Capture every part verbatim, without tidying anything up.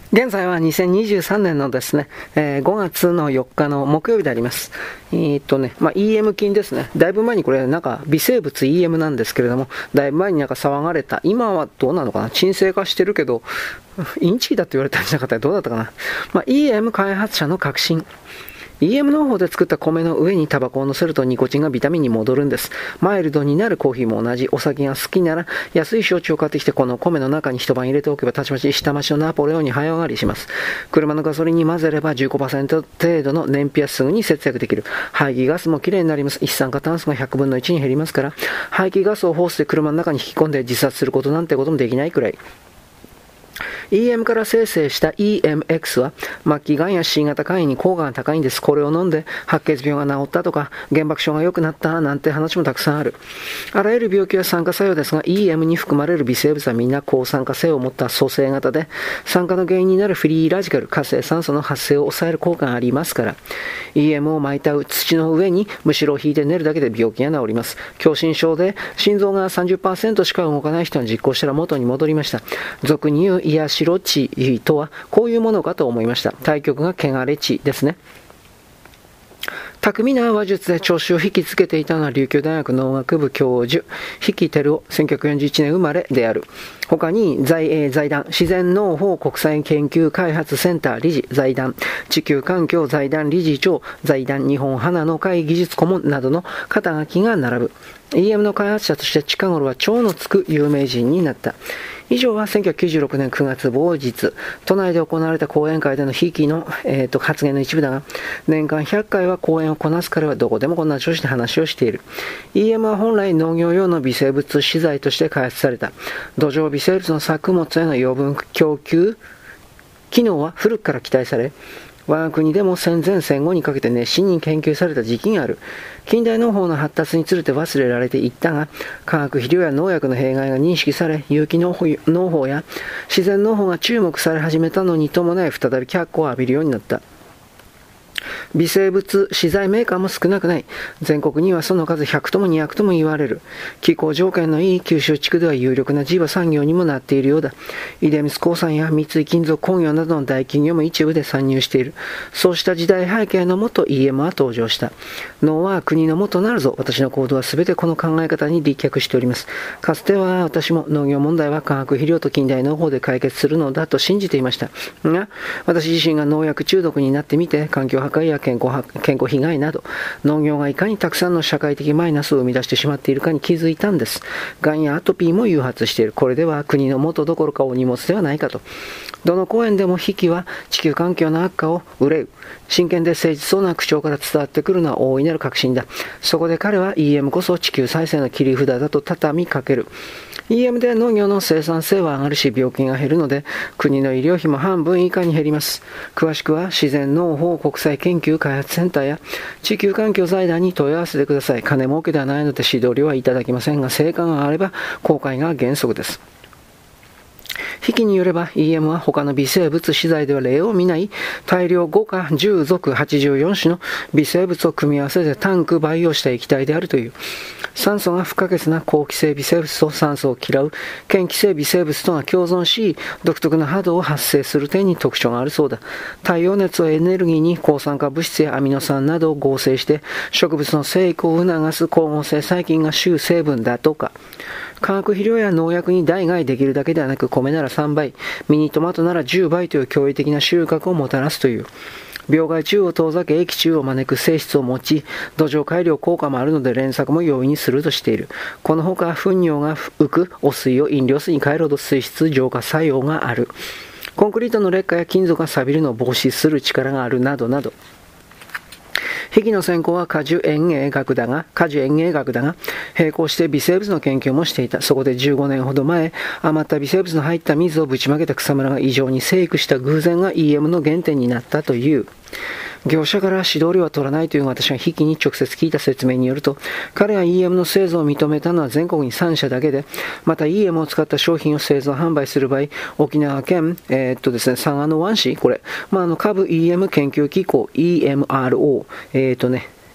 現在はにせんにじゅうさんねんのですね、えー、ごがつのよっかの木曜日であります。えー、っとね、まあ、イーエム 菌ですね。だいぶ前にこれなんか微生物 イーエム なんですけれども、だいぶ前になんか騒がれた。今はどうなのかな、沈静化してるけど、インチキだって言われたんじゃなかったらどうだったかな。まあ、イーエム 開発者の革新。イーエム 農法で作った米の上にタバコを乗せるとニコチンがビタミンに戻るんです。マイルドになるコーヒーも同じ。お酒が好きなら安い焼酎を買ってきてこの米の中に一晩入れておけばたちまち下町のナポレオンに早上がりします。車のガソリンに混ぜれば じゅっパーセント 程度の燃費はすぐに節約できる。排気ガスもきれいになります。一酸化炭素がひゃくぶんのいちに減りますから、排気ガスをホースで車の中に引き込んで自殺することなんてこともできないくらい。イーエム から生成した イーエムエックス は末期がんや シー 型肝炎に効果が高いんです。これを飲んで白血病が治ったとか原爆症が良くなったなんて話もたくさんある。あらゆる病気は酸化作用ですが イーエム に含まれる微生物はみんな抗酸化性を持った組成型で、酸化の原因になるフリーラジカル活性酸素の発生を抑える効果がありますから、 イーエム を巻いた土の上にむしろを引いて寝るだけで病気が治ります。狭心症で心臓が さんじゅっパーセント しか動かない人が実行したら元に戻りました。俗に言う癒しろ値とはこういうものかと思いました。対極が汚れ値ですね。巧みな話術で調子を引きつけていたのは琉球大学農学部教授比企照夫、せんきゅうひゃくよんじゅういちねん生まれである。他に財営財団自然農法国際研究開発センター理事、財団地球環境財団理事長、財団日本花の会技術顧問などの肩書きが並ぶ。 イーエム の開発者として近頃は超のつく有名人になった。以上はせんきゅうひゃくきゅうじゅうろくねんくがつ某日、都内で行われた講演会でのひいきの、えー、と発言の一部だが、年間ひゃっかいは講演をこなす彼はどこでもこんな調子で話をしている。イーエム は本来農業用の微生物資材として開発された。土壌微生物の作物への養分供給機能は古くから期待され、我が国でも戦前戦後にかけて熱心に研究された時期がある。近代農法の発達につれて忘れられていったが、化学肥料や農薬の弊害が認識され、有機農法や自然農法が注目され始めたのに伴い再び脚光を浴びるようになった。微生物資材メーカーも少なくない。全国にはその数ひゃくともにひゃくとも言われる。気候条件のいい九州地区では有力な地場産業にもなっているようだ。出光興産や三井金属工業などの大企業も一部で参入している。そうした時代背景のもと イーエム は登場した。農は国のもとなるぞ。私の行動は全てこの考え方に立脚しております。かつては私も農業問題は化学肥料と近代農法で解決するのだと信じていました。が、私自身が農薬中毒になってみて、環境破壊や健康健康被害など農業がいかにたくさんの社会的マイナスを生み出してしまっているかに気づいたんです。がんやアトピーも誘発している。これでは国の元どころかお荷物ではないかと。どの講演でも比企は地球環境の悪化を憂う真剣で誠実そうな口調から伝わってくるのは大いなる確信だ。そこで彼は イーエム こそ地球再生の切り札だと畳みかける。イーエム で農業の生産性は上がるし病気が減るので国の医療費も半分以下に減ります。詳しくは自然農法国際研究開発センターや地球環境財団に問い合わせてください。金儲けではないので指導料はいただきませんが、成果があれば公開が原則です。比企によれば イーエム は他の微生物資材では例を見ない大量ごかじゅう属はちじゅうよん種の微生物を組み合わせてタンク培養した液体であるという。酸素が不可欠な好気性微生物と酸素を嫌う嫌気性微生物とが共存し、独特な波動を発生する点に特徴があるそうだ。太陽熱をエネルギーに抗酸化物質やアミノ酸などを合成して植物の生育を促す光合成細菌が主成分だとか。化学肥料や農薬に代替できるだけではなく、米ならさんばい、ミニトマトならじゅうばいという驚異的な収穫をもたらすという。病害虫を遠ざけ益虫を招く性質を持ち、土壌改良効果もあるので連作も容易にするとしている。このほか糞尿が浮く汚水を飲料水に変えるほど水質浄化作用がある。コンクリートの劣化や金属が錆びるのを防止する力があるなどなど。比企の専攻は果樹園芸学だが、果樹園芸学だが、並行して微生物の研究もしていた。そこでじゅうごねんほど前、余った微生物の入った水をぶちまけた草むらが異常に生育した偶然が イーエム の原点になったという。業者から指導料は取らないという私が比企に直接聞いた説明によると、彼が イーエム の製造を認めたのは全国にさんしゃだけで、また イーエム を使った商品を製造販売する場合、沖縄県、えー、っとですね、佐賀の湾市、これ、まあ、あの、株 イーエム 研究機構 イーエムアールオー、えー、っとね、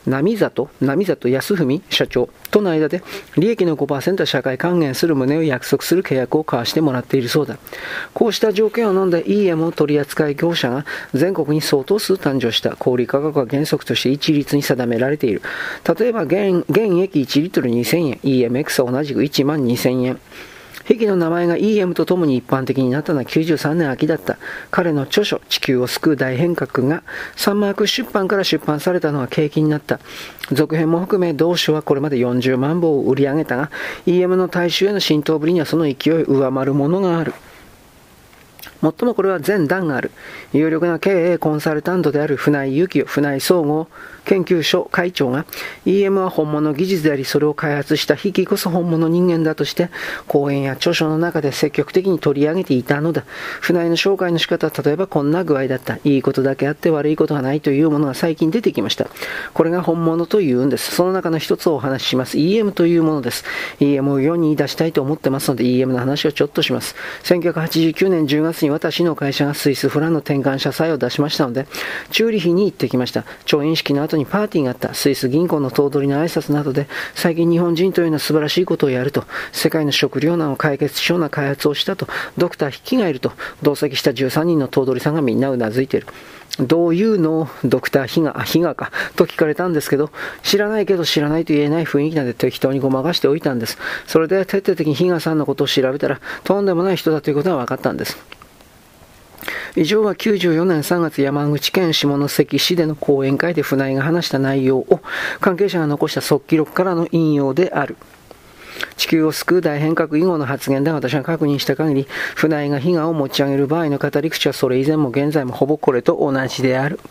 波里、波里康文社長との間で利益の ごパーセント 社会還元する旨を約束する契約を交わしてもらっているそうだ。こうした条件を飲んで イーエム を取り扱い業者が全国に相当数誕生した。小売価格は原則として一律に定められている。例えば 原, 原液いちリットルにせんえん、イーエムエックス は同じくいちまんにせんえん。ヒキの名前が イーエム とともに一般的になったのはきゅうじゅうさんねん秋だった。彼の著書地球を救う大変革がサンマーク出版から出版されたのは契機になった。続編も含め同書はこれまでよんじゅうまんぼうを売り上げたが イーエム の大衆への浸透ぶりにはその勢いを上回るものがある。もっともこれは前段がある。有力な経営コンサルタントである船井幸雄船井総合研究所会長が イーエム は本物技術でありそれを開発した筆記こそ本物人間だとして講演や著書の中で積極的に取り上げていたのだ。船井の紹介の仕方は例えばこんな具合だった。いいことだけあって悪いことがないというものが最近出てきました。これが本物というんです。その中の一つをお話しします。 イーエム というものです。 イーエム を世に出したいと思ってますので イーエム の話をちょっとします。せんきゅうひゃくはちじゅうきゅうねんじゅうがつに私の会社がスイスフランの転換社債を出しましたのでチューリヒに行ってきました。調印式の後にパーティーがあった。スイス銀行の頭取の挨拶などで最近日本人というのは素晴らしいことをやると、世界の食糧難を解決しような開発をしたと、ドクターヒキがいると同席したじゅうさんにんの頭取さんがみんなうなずいている。どういうのをドクターヒガ、ヒガかと聞かれたんですけど、知らないけど知らないと言えない雰囲気なんで適当にごまかしておいたんです。それで徹底的にヒガさんのことを調べたらとんでもない人だということが分かったんです。以上はきゅうじゅうよねんさんがつ山口県下関市での講演会で船井が話した内容を関係者が残した速記録からの引用である。地球を救う大変革以後の発言で私が確認した限り、船井がヒガを持ち上げる場合の語り口はそれ以前も現在もほぼこれと同じである。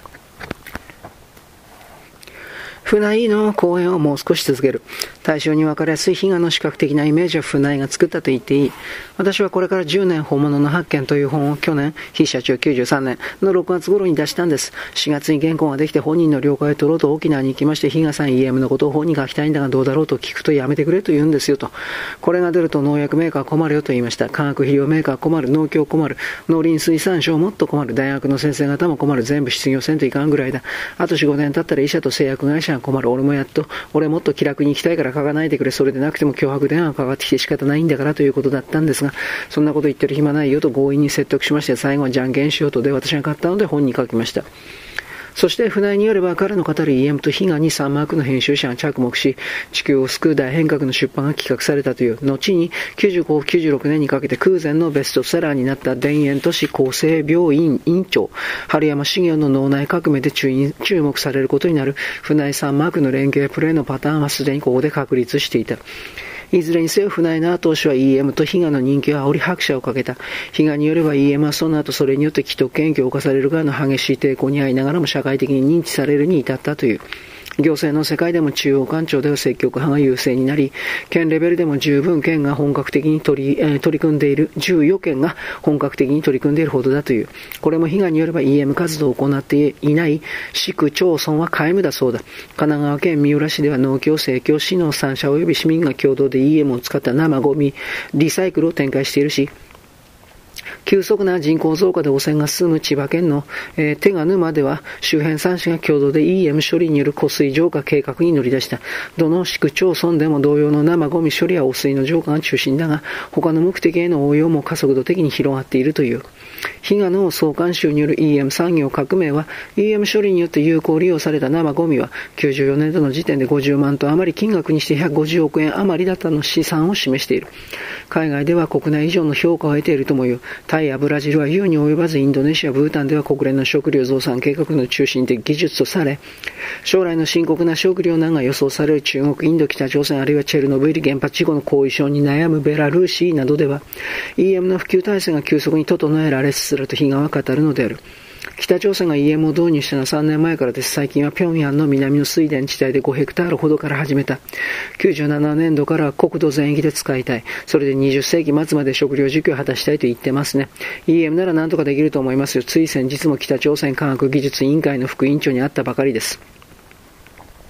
船井の講演をもう少し続ける。対象に分かりやすいヒガの視覚的なイメージは船井が作ったと言っていい。私はこれからじゅうねん本物の発見という本を去年、非社長きゅうじゅうさんねんのろくがつ頃に出したんです。しがつに原稿ができて本人の了解を取ろうと沖縄に行きまして、ヒガさん イーエム のことを本に書きたいんだがどうだろうと聞くとやめてくれと言うんですよと。これが出ると農薬メーカー困るよと言いました。化学肥料メーカー困る、農協困る、農林水産省もっと困る、大学の先生方も困る、全部失業せんといかんぐらいだ。あとよん、ごねん経ったら医者と製薬会社が困る。俺もやっと、俺もっと気楽に行きたいから書かないでくれ。それでなくても脅迫電話がかかってきて仕方ないんだからということだったんですが、そんなこと言ってる暇ないよと強引に説得しまして、最後はじゃんけんしようとで私が買ったので本に書きました。そして船井によれば彼の語る イーエム とヒガにサンマークの編集者が着目し、地球を救う大変革の出版が企画されたという。後にきゅうじゅうご、きゅうじゅうろくねんにかけて空前のベストセラーになった田園都市厚生病院院長春山茂雄の脳内革命で注目されることになる船井サンマークの連携プレーのパターンはすでにここで確立していた。いずれにせよ船井の後押しは イーエム とヒガの人気を煽り拍車をかけた。ヒガによれば イーエム はその後それによって既得権益を侵される側の激しい抵抗に遭いながらも社会的に認知されるに至ったという。行政の世界でも中央官庁では積極派が優勢になり、県レベルでも十分県が本格的に取り、えー、取り組んでいる、じゅうよけんが本格的に取り組んでいるほどだという。これもヒガによれば イーエム 活動を行っていない市区町村は皆無だそうだ。神奈川県三浦市では農協、政教、市のさん社及び市民が共同で イーエム を使った生ゴミ、リサイクルを展開しているし、急速な人口増加で汚染が進む千葉県の、えー、手賀沼では周辺さん市が共同で イーエム 処理による湖水浄化計画に乗り出した。どの市区町村でも同様の生ゴミ処理や汚水の浄化が中心だが、他の目的への応用も加速度的に広がっているという。ヒガの総監修による イーエム 産業革命は イーエム 処理によって有効利用された生ゴミはきゅうじゅうよねん度の時点でごじゅうまんトン余り、金額にしてひゃくごじゅうおくえん余りだったの試算を示している。海外では国内以上の評価を得ているともいう。タイやブラジルは言うに及ばずインドネシア、ブータンでは国連の食料増産計画の中心的技術とされ、将来の深刻な食料難が予想される中国、インド、北朝鮮あるいはチェルノブイリ原発事故の後遺症に悩むベラルーシなどでは イーエム の普及体制が急速に整えられつつあるとヒガは語るのである。北朝鮮が イーエム を導入したのはさんねんまえからです。最近は平壌の南の水田地帯でごヘクタールほどから始めた。きゅうじゅうななねん度から国土全域で使いたい。それでにじゅっせいき末まで食料自給を果たしたいと言ってますね。イーエム なら何とかできると思いますよ。つい先日も北朝鮮科学技術委員会の副委員長に会ったばかりです。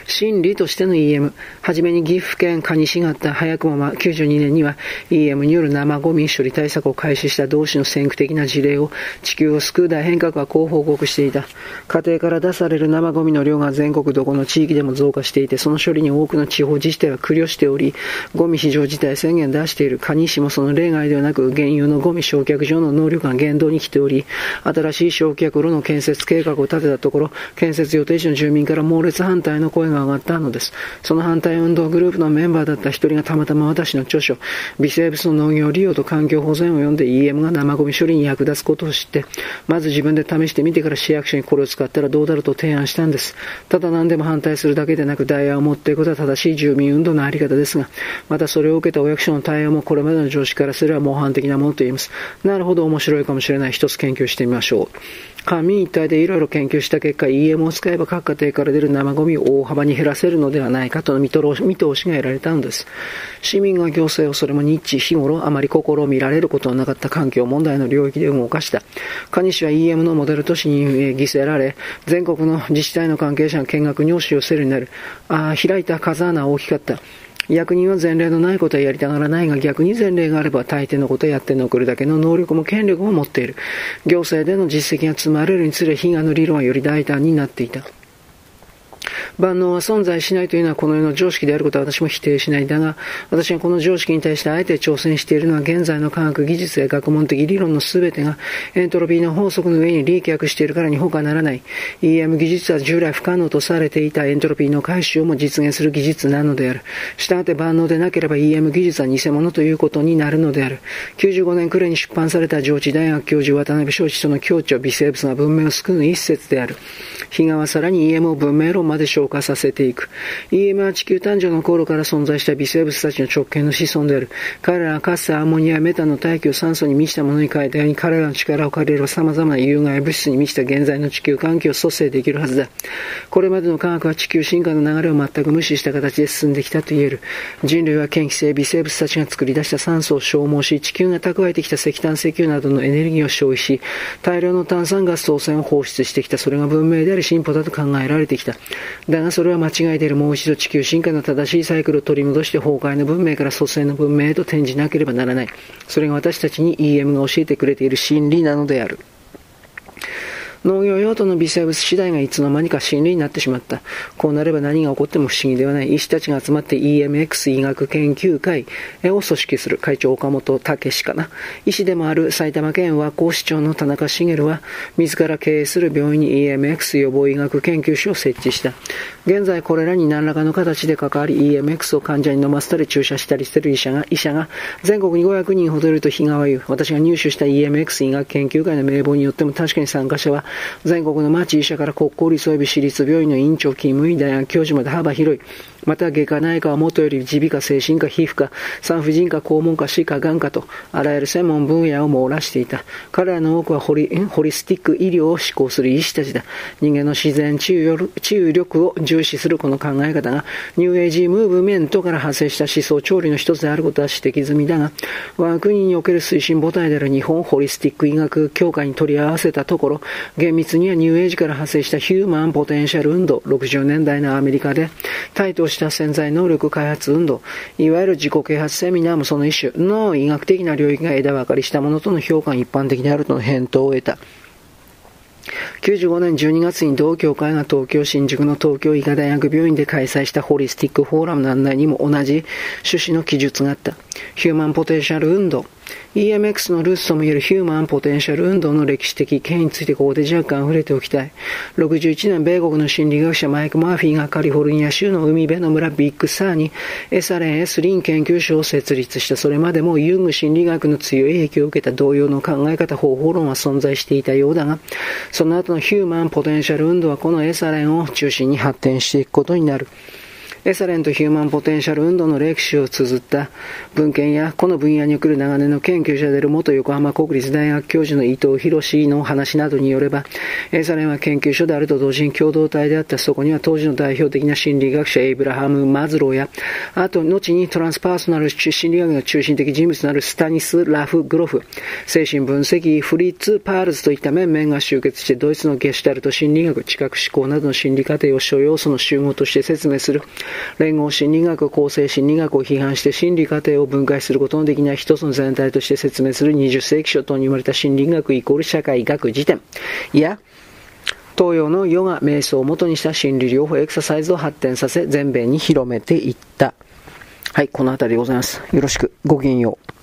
心理としての イーエム。はじめに岐阜県可西があった、早くもきゅうじゅうにねんには イーエム による生ゴミ処理対策を開始した同種の先駆的な事例を、地球を救う大変革はこう報告していた。家庭から出される生ゴミの量が全国どこの地域でも増加していて、その処理に多くの地方自治体は苦慮しており、ゴミ非常事態宣言出している。可西もその例外ではなく、現有のゴミ焼却場の能力が限度に来ており、新しい焼却炉の建設計画を立てたところ、建設予定地の住民から猛烈反対の声が上がったのです。その反対運動グループのメンバーだった一人がたまたま私の著書、微生物の農業利用と環境保全を読んで イーエム が生ゴミ処理に役立つことを知って、まず自分で試してみてから市役所にこれを使ったらどうだろうと提案したんです。ただ何でも反対するだけでなく、代案を持っていくことは正しい住民運動のあり方ですが、またそれを受けたお役所の対応もこれまでの常識からすれば模範的なものと言います。なるほど、面白いかもしれない。一つ研究してみましょう。官民一体でいろいろ研究した結果、イーエム を使えば各家庭から出る生ゴミを大幅に減らせるのではないかとの見通しが得られたのです。市民が行政をそれも日日頃あまり心を見られることのなかった環境問題の領域で動かした。可西は イーエム のモデル都市に犠牲られ、全国の自治体の関係者が見学に押し寄せるようになる。ああ、開いた風穴は大きかった。役人は前例のないことはやりたがらないが、逆に前例があれば大抵のことをやって残るだけの能力も権力も持っている。行政での実績が積まれるにつれ、悲願の理論はより大胆になっていた。万能は存在しないというのはこの世の常識であることは私も否定しない。だが、私がこの常識に対してあえて挑戦しているのは、現在の科学技術や学問的理論のすべてがエントロピーの法則の上に利脚しているからに他ならない。イーエム 技術は従来不可能とされていたエントロピーの回収をも実現する技術なのである。したがって万能でなければ イーエム 技術は偽物ということになるのである。きゅうじゅうごねん暮れに出版された上智大学教授渡辺正一との協調、微生物が文明を救う一節である。比嘉はさらに イーエム を文明論まで消化させていく。イーエム は地球誕生の頃から存在した微生物たちの直系の子孫である。彼らはかつてアンモニアやメタンの大気を酸素に満ちたものに変えたように、彼らの力を借りれば様々な有害物質に満ちた現在の地球環境を蘇生できるはずだ。これまでの科学は地球進化の流れを全く無視した形で進んできたと言える。人類は嫌気性微生物たちが作り出した酸素を消耗し、地球が蓄えてきた石炭石油などのエネルギーを消費し、大量の炭酸ガスと汚染を放出してきた。それが文明であり進歩だと考えられてきた。だがそれは間違いである。もう一度地球進化の正しいサイクルを取り戻して崩壊の文明から蘇生の文明へと転じなければならない。それが私たちに イーエム が教えてくれている真理なのである。農業用途の微生物次第がいつの間にか真理になってしまった。こうなれば何が起こっても不思議ではない。医師たちが集まって イーエムエックス 医学研究会を組織する。会長岡本武史かな。医師でもある埼玉県和光市長の田中茂は、自ら経営する病院に イーエムエックス 予防医学研究所を設置した。現在これらに何らかの形で関わり イーエムエックス を患者に飲ませたり注射したりしている医者が、医者が全国にごひゃくにんほどいると比嘉は言う。私が入手した イーエムエックス 医学研究会の名簿によっても確かに参加者は全国の町医者から国公立及び私立病院の院長勤務医、大学教授まで幅広い。また外科内科はもとより耳鼻科、精神科、皮膚科、産婦人科、肛門科、歯科、眼科とあらゆる専門分野を網羅していた。彼らの多くはホリ、ホリスティック医療を施行する医師たちだ。人間の自然治癒力を重視するこの考え方がニューエイジムーブメントから派生した思想調理の一つであることは指摘済みだが、我が国における推進母体である日本ホリスティック医学協会に取り合わせたところ、厳密にはニューエイジから派生したヒューマンポテンシャル運動、ろくじゅうねんだいのアメリカで台頭した潜在能力開発運動、いわゆる自己啓発セミナーもその一種の医学的な領域が枝分かりしたものとの評価が一般的であるとの返答を得た。きゅうじゅうごねんじゅうにがつに同協会が東京新宿の東京医科大学病院で開催したホリスティックフォーラムの案内にも同じ趣旨の記述があった。ヒューマンポテンシャル運動、イーエムエックス のルーツともいえるヒューマンポテンシャル運動の歴史的経緯についてここで若干触れておきたい。ろくじゅういちねん、米国の心理学者マイク・マーフィーがカリフォルニア州の海辺の村ビッグサーにエサレン・エスリン研究所を設立した。それまでもユング心理学の強い影響を受けた同様の考え方、方法論は存在していたようだが、その後のヒューマンポテンシャル運動はこのエサレンを中心に発展していくことになる。 エサレンとヒューマンポテンシャル運動の歴史を綴った文献や、この分野における長年の研究者である元横浜国立大学教授の伊藤博士の話などによれば、エサレンは研究所であると同時に共同体であった。そこには当時の代表的な心理学者エイブラハム・マズローや、あと後にトランスパーソナル心理学の中心的人物となるスタニスラフ・グロフ、精神分析フリッツ・パールズといった面々が集結して、ドイツのゲシュタルト心理学、知覚思考などの心理過程を諸要素の集合として説明する。連合心理学、構成心理学を批判して心理過程を分解することのできない一つの全体として説明するにじゅっ世紀初頭に生まれた心理学イコール社会学辞典や、東洋のヨガ、瞑想を元にした心理療法エクササイズを発展させ、全米に広めていった。はい、このあたりでございます。よろしく、ごきげんよう。